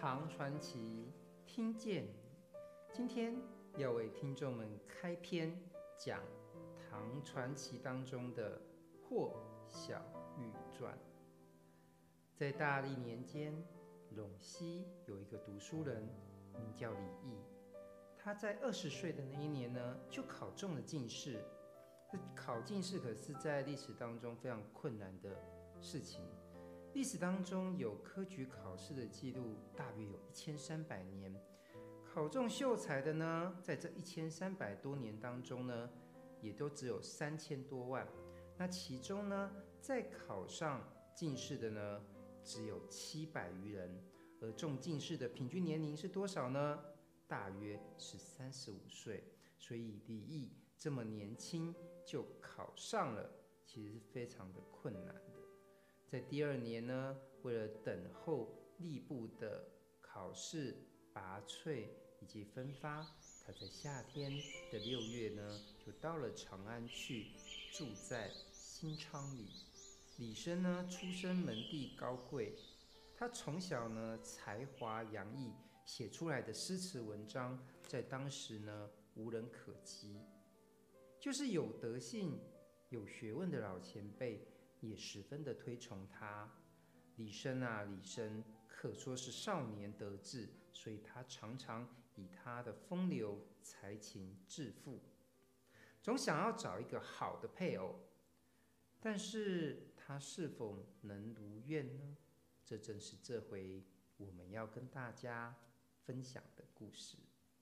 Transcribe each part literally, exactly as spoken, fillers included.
唐传奇听见你，今天要为听众们开篇讲唐传奇当中的霍小玉传。在大历年间，陇西有一个读书人，名叫李益。他在二十岁的那一年呢，就考中了进士。考进士可是在历史当中非常困难的事情。历史当中有科举考试的记录，大约有一千三百年。考中秀才的呢，在这一千三百多年当中呢，也都只有三千多万。那其中呢，在考上进士的呢，只有七百余人。而中进士的平均年龄是多少呢？大约是三十五岁。所以李益这么年轻就考上了，其实是非常的困难的。在第二年呢，为了等候吏部的考试、拔萃以及分发，他在夏天的六月呢，就到了长安去，住在新昌里。李绅呢，出身门第高贵，他从小呢才华洋溢，写出来的诗词文章，在当时呢无人可及。就是有德性、有学问的老前辈，也十分的推崇他。李绅啊，李绅可说是少年得志，所以他常常以他的风流才情致富，总想要找一个好的配偶。但是他是否能如愿呢？这正是这回我们要跟大家分享的故事。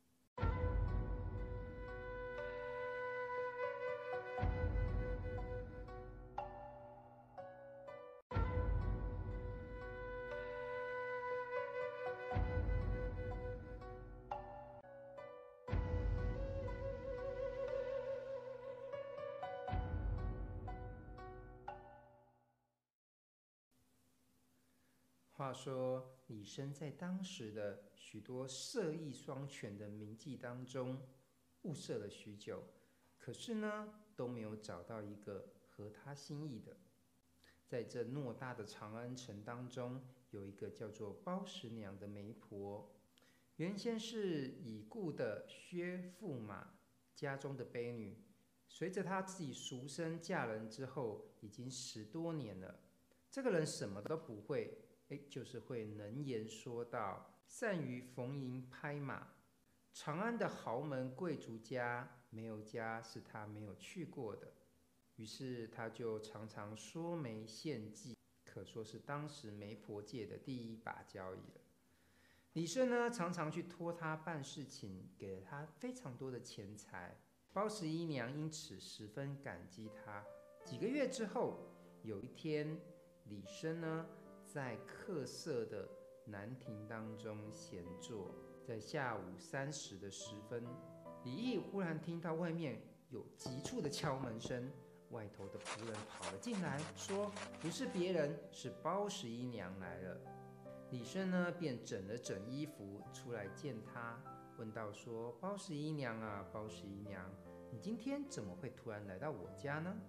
话说李绅在当时的许多色艺双全的名妓当中物色了许久，可是呢都没有找到一个合他心意的。在这偌大的长安城当中，有一个叫做包十娘的媒婆，原先是已故的薛驸马家中的婢女，随着她自己赎身嫁人之后，已经十多年了。这个人什么都不会，诶，就是会能言说道，善于逢迎拍马。长安的豪门贵族家，没有家是他没有去过的。于是他就常常说媒献计，可说是当时媒婆界的第一把交椅了。李绅呢，常常去托他办事情，给了他非常多的钱财。包十一娘因此十分感激他。几个月之后，有一天，李绅呢在客舍的南庭当中闲坐，在下午三时的时分，李益忽然听到外面有急促的敲门声。外头的仆人跑了进来，说不是别人，是包十一娘来了。李绅呢便整了整衣服出来见他，问道说：包十一娘啊，包十一娘，你今天怎么会突然来到我家呢？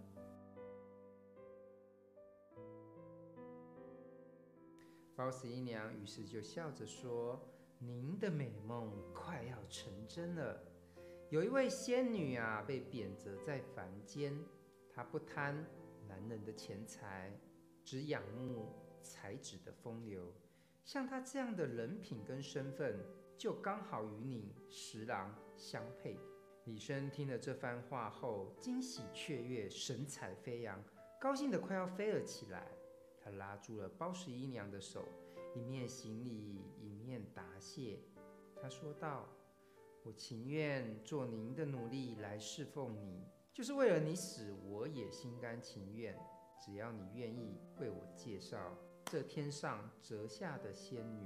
包十一娘于是就笑着说：您的美梦快要成真了。有一位仙女啊，被贬谪在凡间，她不贪男人的钱财，只仰慕才子的风流。像她这样的人品跟身份，就刚好与你十郎相配。李绅听了这番话后，惊喜雀跃，神采飞扬，高兴得快要飞了起来。他拉住了包十一娘的手，一面行礼，一面答谢。他说道：我情愿做您的奴隶来侍奉你，就是为了你死，我也心甘情愿。只要你愿意为我介绍这天上折下的仙女。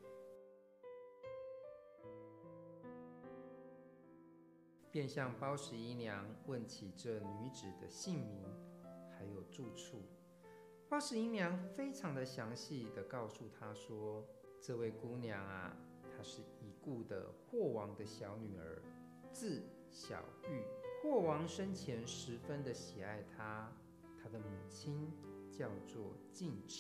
便向包十一娘问起这女子的姓名，还有住处。包十一娘非常的详细的告诉他说，这位姑娘啊，她是已故的霍王的小女儿，字小玉。霍王生前十分的喜爱她，她的母亲叫做晋池，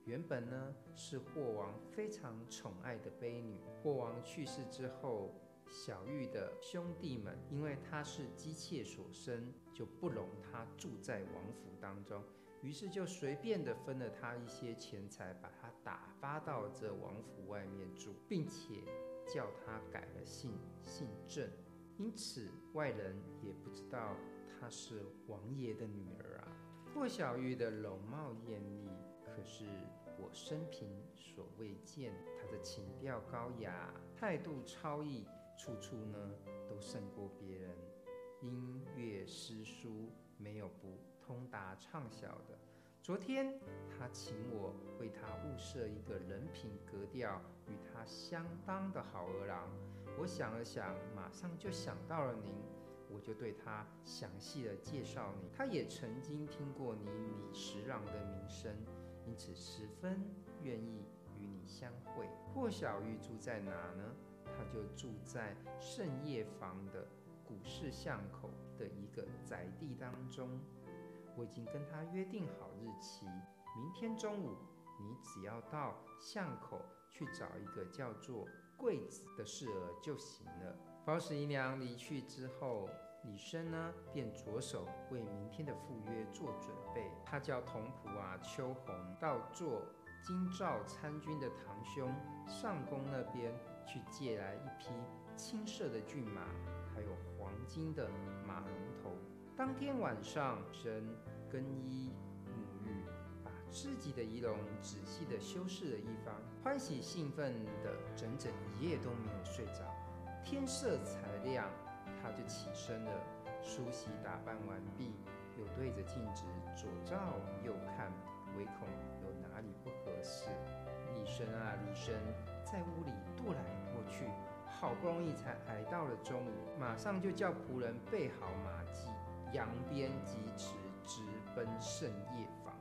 原本呢是霍王非常宠爱的妃女。霍王去世之后，小玉的兄弟们因为她是姬妾所生，就不容她住在王府当中，于是就随便的分了她一些钱财，把她打发到这王府外面住，并且叫她改了姓，姓郑。因此外人也不知道她是王爷的女儿啊。霍小玉的容貌艳丽，可是我生平所未见。她的情调高雅，态度超逸，处处呢都胜过别人。音乐诗书没有不通达畅晓的。昨天他请我为他物色一个人品格调与他相当的好儿郎。我想了想，马上就想到了您，我就对他详细的介绍你。他也曾经听过你李十郎的名声，因此十分愿意与你相会。霍小玉住在哪呢？他就住在圣业坊的古市巷口的一个宅地当中。我已经跟他约定好日期，明天中午你只要到巷口去找一个叫做桂子的侍儿就行了。包十姨娘离去之后，李生呢便着手为明天的赴约做准备。他叫童仆啊秋红到做京兆参军的堂兄上宫那边去借来一匹青色的骏马，还有黄金的马龙头。当天晚上，生更衣沐浴，把自己的仪容仔细的修饰了一番，欢喜兴奋的整整一夜都没有睡着。天色才亮，他就起身了，梳洗打扮完毕，又对着镜子左照右看，唯恐有哪里不合适。李生啊李生，在屋里踱来踱去，好不容易才挨到了中午，马上就叫仆人备好马骑，扬鞭疾驰，直奔圣业坊。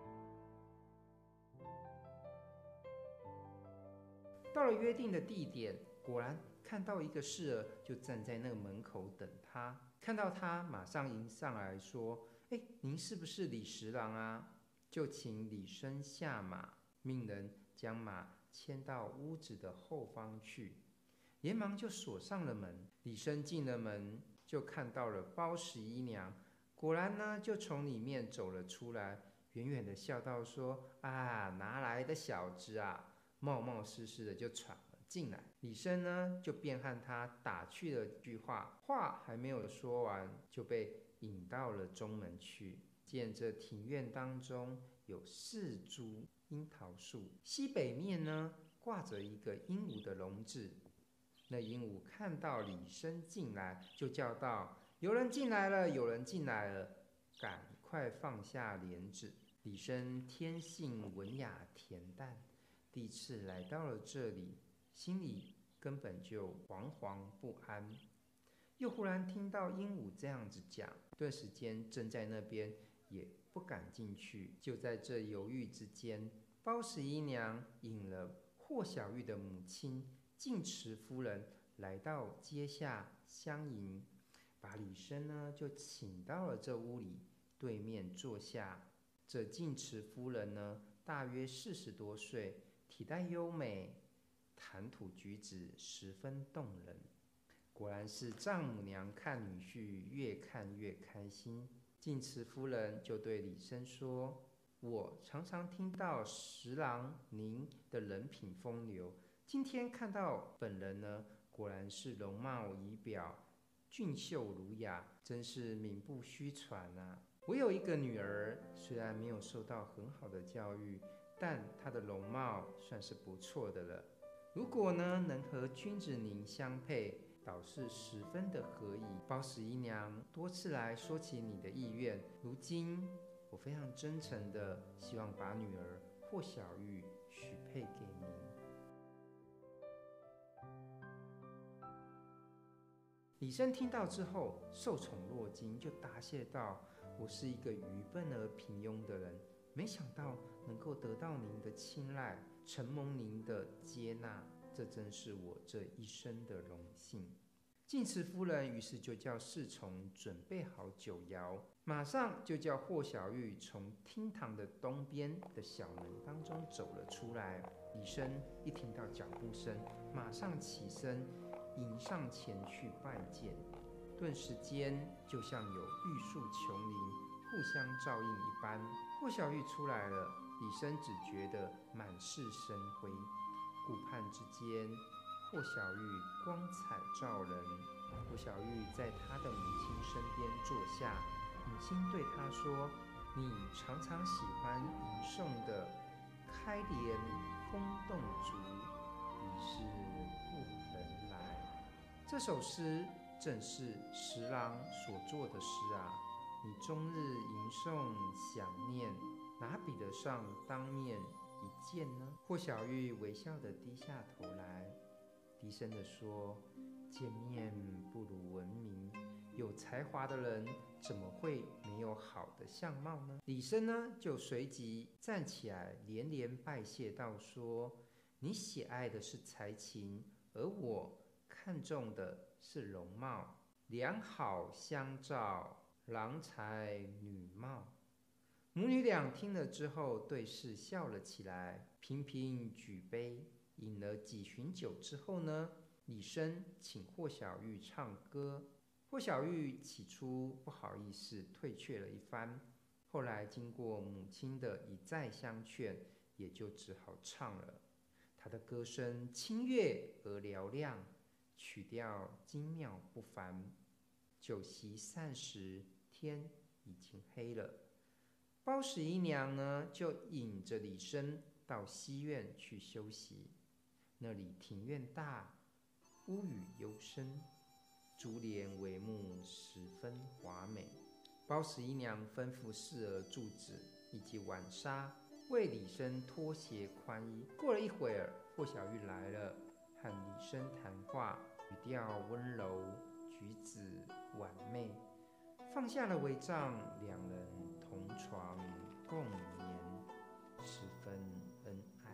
到了约定的地点，果然看到一个侍儿就站在那个门口等他。看到他，马上迎上来说：“哎，您是不是李十郎啊？”就请李生下马，命人将马牵到屋子的后方去，连忙就锁上了门。李生进了门，就看到了包十姨娘，果然呢，就从里面走了出来，远远的笑道说：“啊，哪来的小子啊！”冒冒失失的就闯了进来。李生呢，就便和他打趣了句话，话还没有说完，就被引到了中门去。见这庭院当中有四株樱桃树，西北面呢挂着一个鹦鹉的笼子。那鹦鹉看到李生进来，就叫道：“有人进来了，有人进来了，赶快放下帘子。”李生天性文雅恬淡，第一次来到了这里，心里根本就惶惶不安。又忽然听到鹦鹉这样子讲，顿时间正在那边也不敢进去。就在这犹豫之间，包十姨娘引了霍小玉的母亲净慈夫人来到阶下相迎，把李生呢就请到了这屋里对面坐下。这净慈夫人呢大约四十多岁，体态优美，谈吐举止十分动人。果然是丈母娘看女婿越看越开心。净慈夫人就对李生说：“我常常听到十郎您的人品风流，今天看到本人呢，果然是容貌仪表俊秀儒雅，真是名不虚传啊！我有一个女儿，虽然没有受到很好的教育，但她的容貌算是不错的了。如果呢能和君子您相配，倒是十分的合宜。包十姨娘多次来说起你的意愿，如今我非常真诚的希望把女儿霍小玉许配给您。”李生听到之后受宠若惊，就答谢道：“我是一个愚笨而平庸的人，没想到能够得到您的青睐，承蒙您的接纳，这真是我这一生的荣幸。” 晋祠夫人于是就叫侍从准备好酒肴，马上就叫霍小玉从厅堂的东边的小门当中走了出来。李生一听到脚步声，马上起身迎上前去拜见，顿时间就像有玉树琼林互相照应一般。霍小玉出来了，李生只觉得满是生辉，顾盼之间，霍小玉光彩照人。霍小玉在她的母亲身边坐下，母亲对她说：“你常常喜欢吟诵的开帘风动竹，于是不能来。”这首诗正是十郎所作的诗啊！你终日吟诵想念，哪比得上当面一见呢？霍小玉微笑地低下头来，低声地说：“见面不如闻名，有才华的人怎么会没有好的相貌呢？”李生呢，就随即站起来，连连拜谢道说：“你喜爱的是才情，而我看重的是容貌，良好相照，郎才女貌。”母女俩听了之后，对视笑了起来，频频举杯，饮了几巡酒之后呢，李生请霍小玉唱歌。霍小玉起初不好意思，退却了一番，后来经过母亲的一再相劝，也就只好唱了。她的歌声清越而嘹亮，曲调精妙不凡。酒席散时，天已经黑了。包十一娘呢，就引着李生到西院去休息。那里庭院大，屋宇幽深，珠帘帷幕十分华美。包十一娘吩咐侍儿柱子以及晚纱为李生脱鞋宽衣。过了一会儿，霍小玉来了，和李生谈话，语调温柔，举止婉媚。放下了帷帐，两人同床共眠，十分恩爱。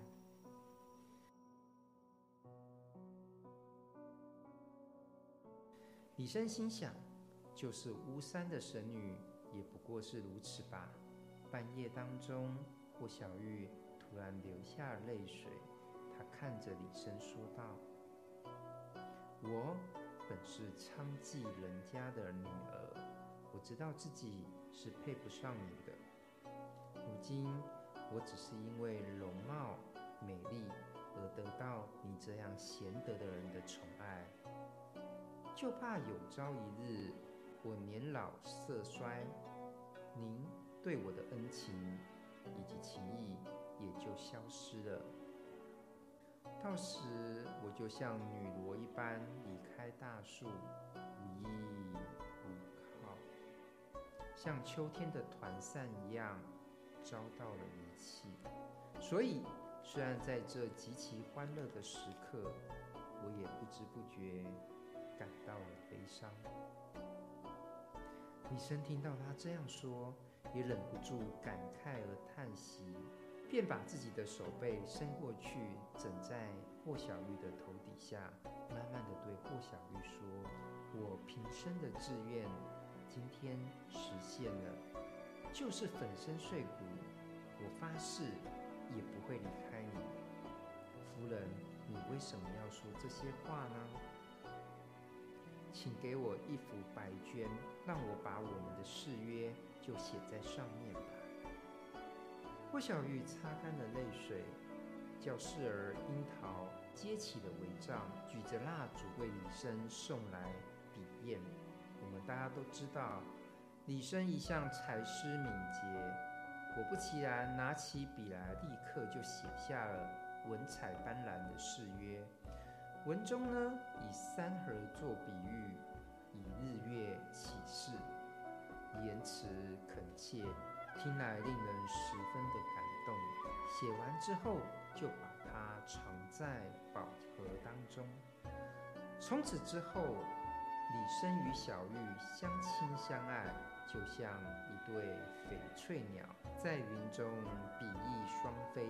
李生心想，就是巫山的神女，也不过是如此吧。半夜当中，霍小玉突然流下泪水，她看着李生说道：“我本是娼妓人家的女儿，我知道自己是配不上你的。如今我只是因为容貌美丽而得到你这样贤德的人的宠爱，就怕有朝一日我年老色衰，您对我的恩情以及情谊也就消失了。到时我就像女罗一般离开大树，无依无靠，像秋天的团扇一样遭到了遗弃。所以虽然在这极其欢乐的时刻，我也不知不觉感到了悲伤。”李生听到他这样说，也忍不住感慨而叹息，便把自己的手背伸过去，枕在霍小玉的头底下，慢慢地对霍小玉说：“我平生的志愿，今天实现了，就是粉身碎骨，我发誓也不会离开你。夫人，你为什么要说这些话呢？请给我一幅白绢，让我把我们的誓约就写在上面吧。”霍小玉擦干了泪水，叫侍儿樱桃接起了帷帐，举着蜡烛为李生送来笔砚。我们大家都知道，李生一向才思敏捷，果不其然，拿起笔来，立刻就写下了文采斑斓的誓约。文中呢，以山河做比喻，以日月起誓，言辞恳切，听来令人十分的感动。写完之后，就把它藏在宝盒当中。从此之后，李生与小玉相亲相爱，就像一对翡翠鸟，在云中比翼双飞。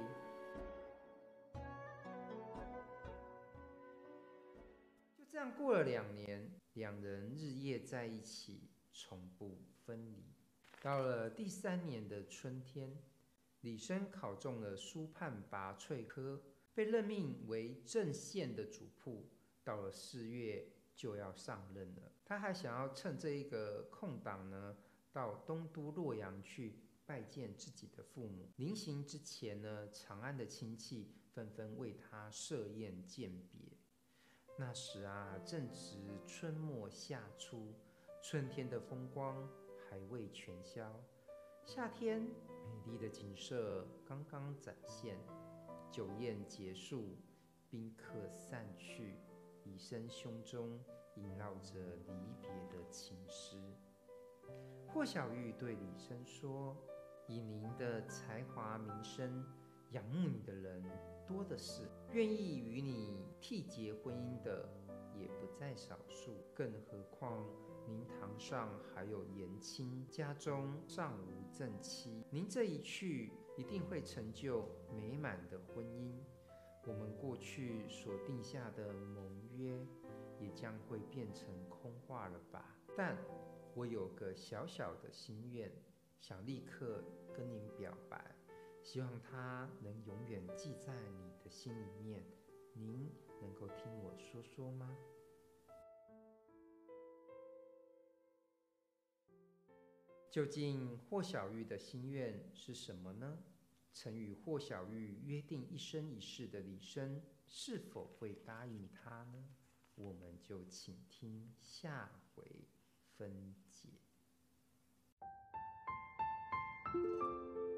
就这样过了两年， 两人日夜在一起，从不分离。到了第三年的春天，李生考中了苏畔拔萃科，被任命为郑县的主簿。到了四月就要上任了，他还想要趁这一个空档呢，到东都洛阳去拜见自己的父母。临行之前呢，长安的亲戚纷纷为他设宴饯别。那时啊，正值春末夏初，春天的风光还未全消，夏天美丽的景色刚刚展现。酒宴结束，宾客散去，李生胸中萦绕着离别的情诗。霍小玉对李生说：“以您的才华名声，仰慕你的人多的是，愿意与你缔结婚姻的也不在少数。更何况您堂上还有言亲，家中尚无正妻，您这一去，一定会成就美满的婚姻。我们过去所定下的盟约，也将会变成空话了吧？但我有个小小的心愿，想立刻跟您表白，希望它能永远记在你的心里面。您能够听我说说吗？”究竟霍小玉的心愿是什么呢？曾与霍小玉约定一生一世的李生，是否会答应他呢？我们就请听下回分解。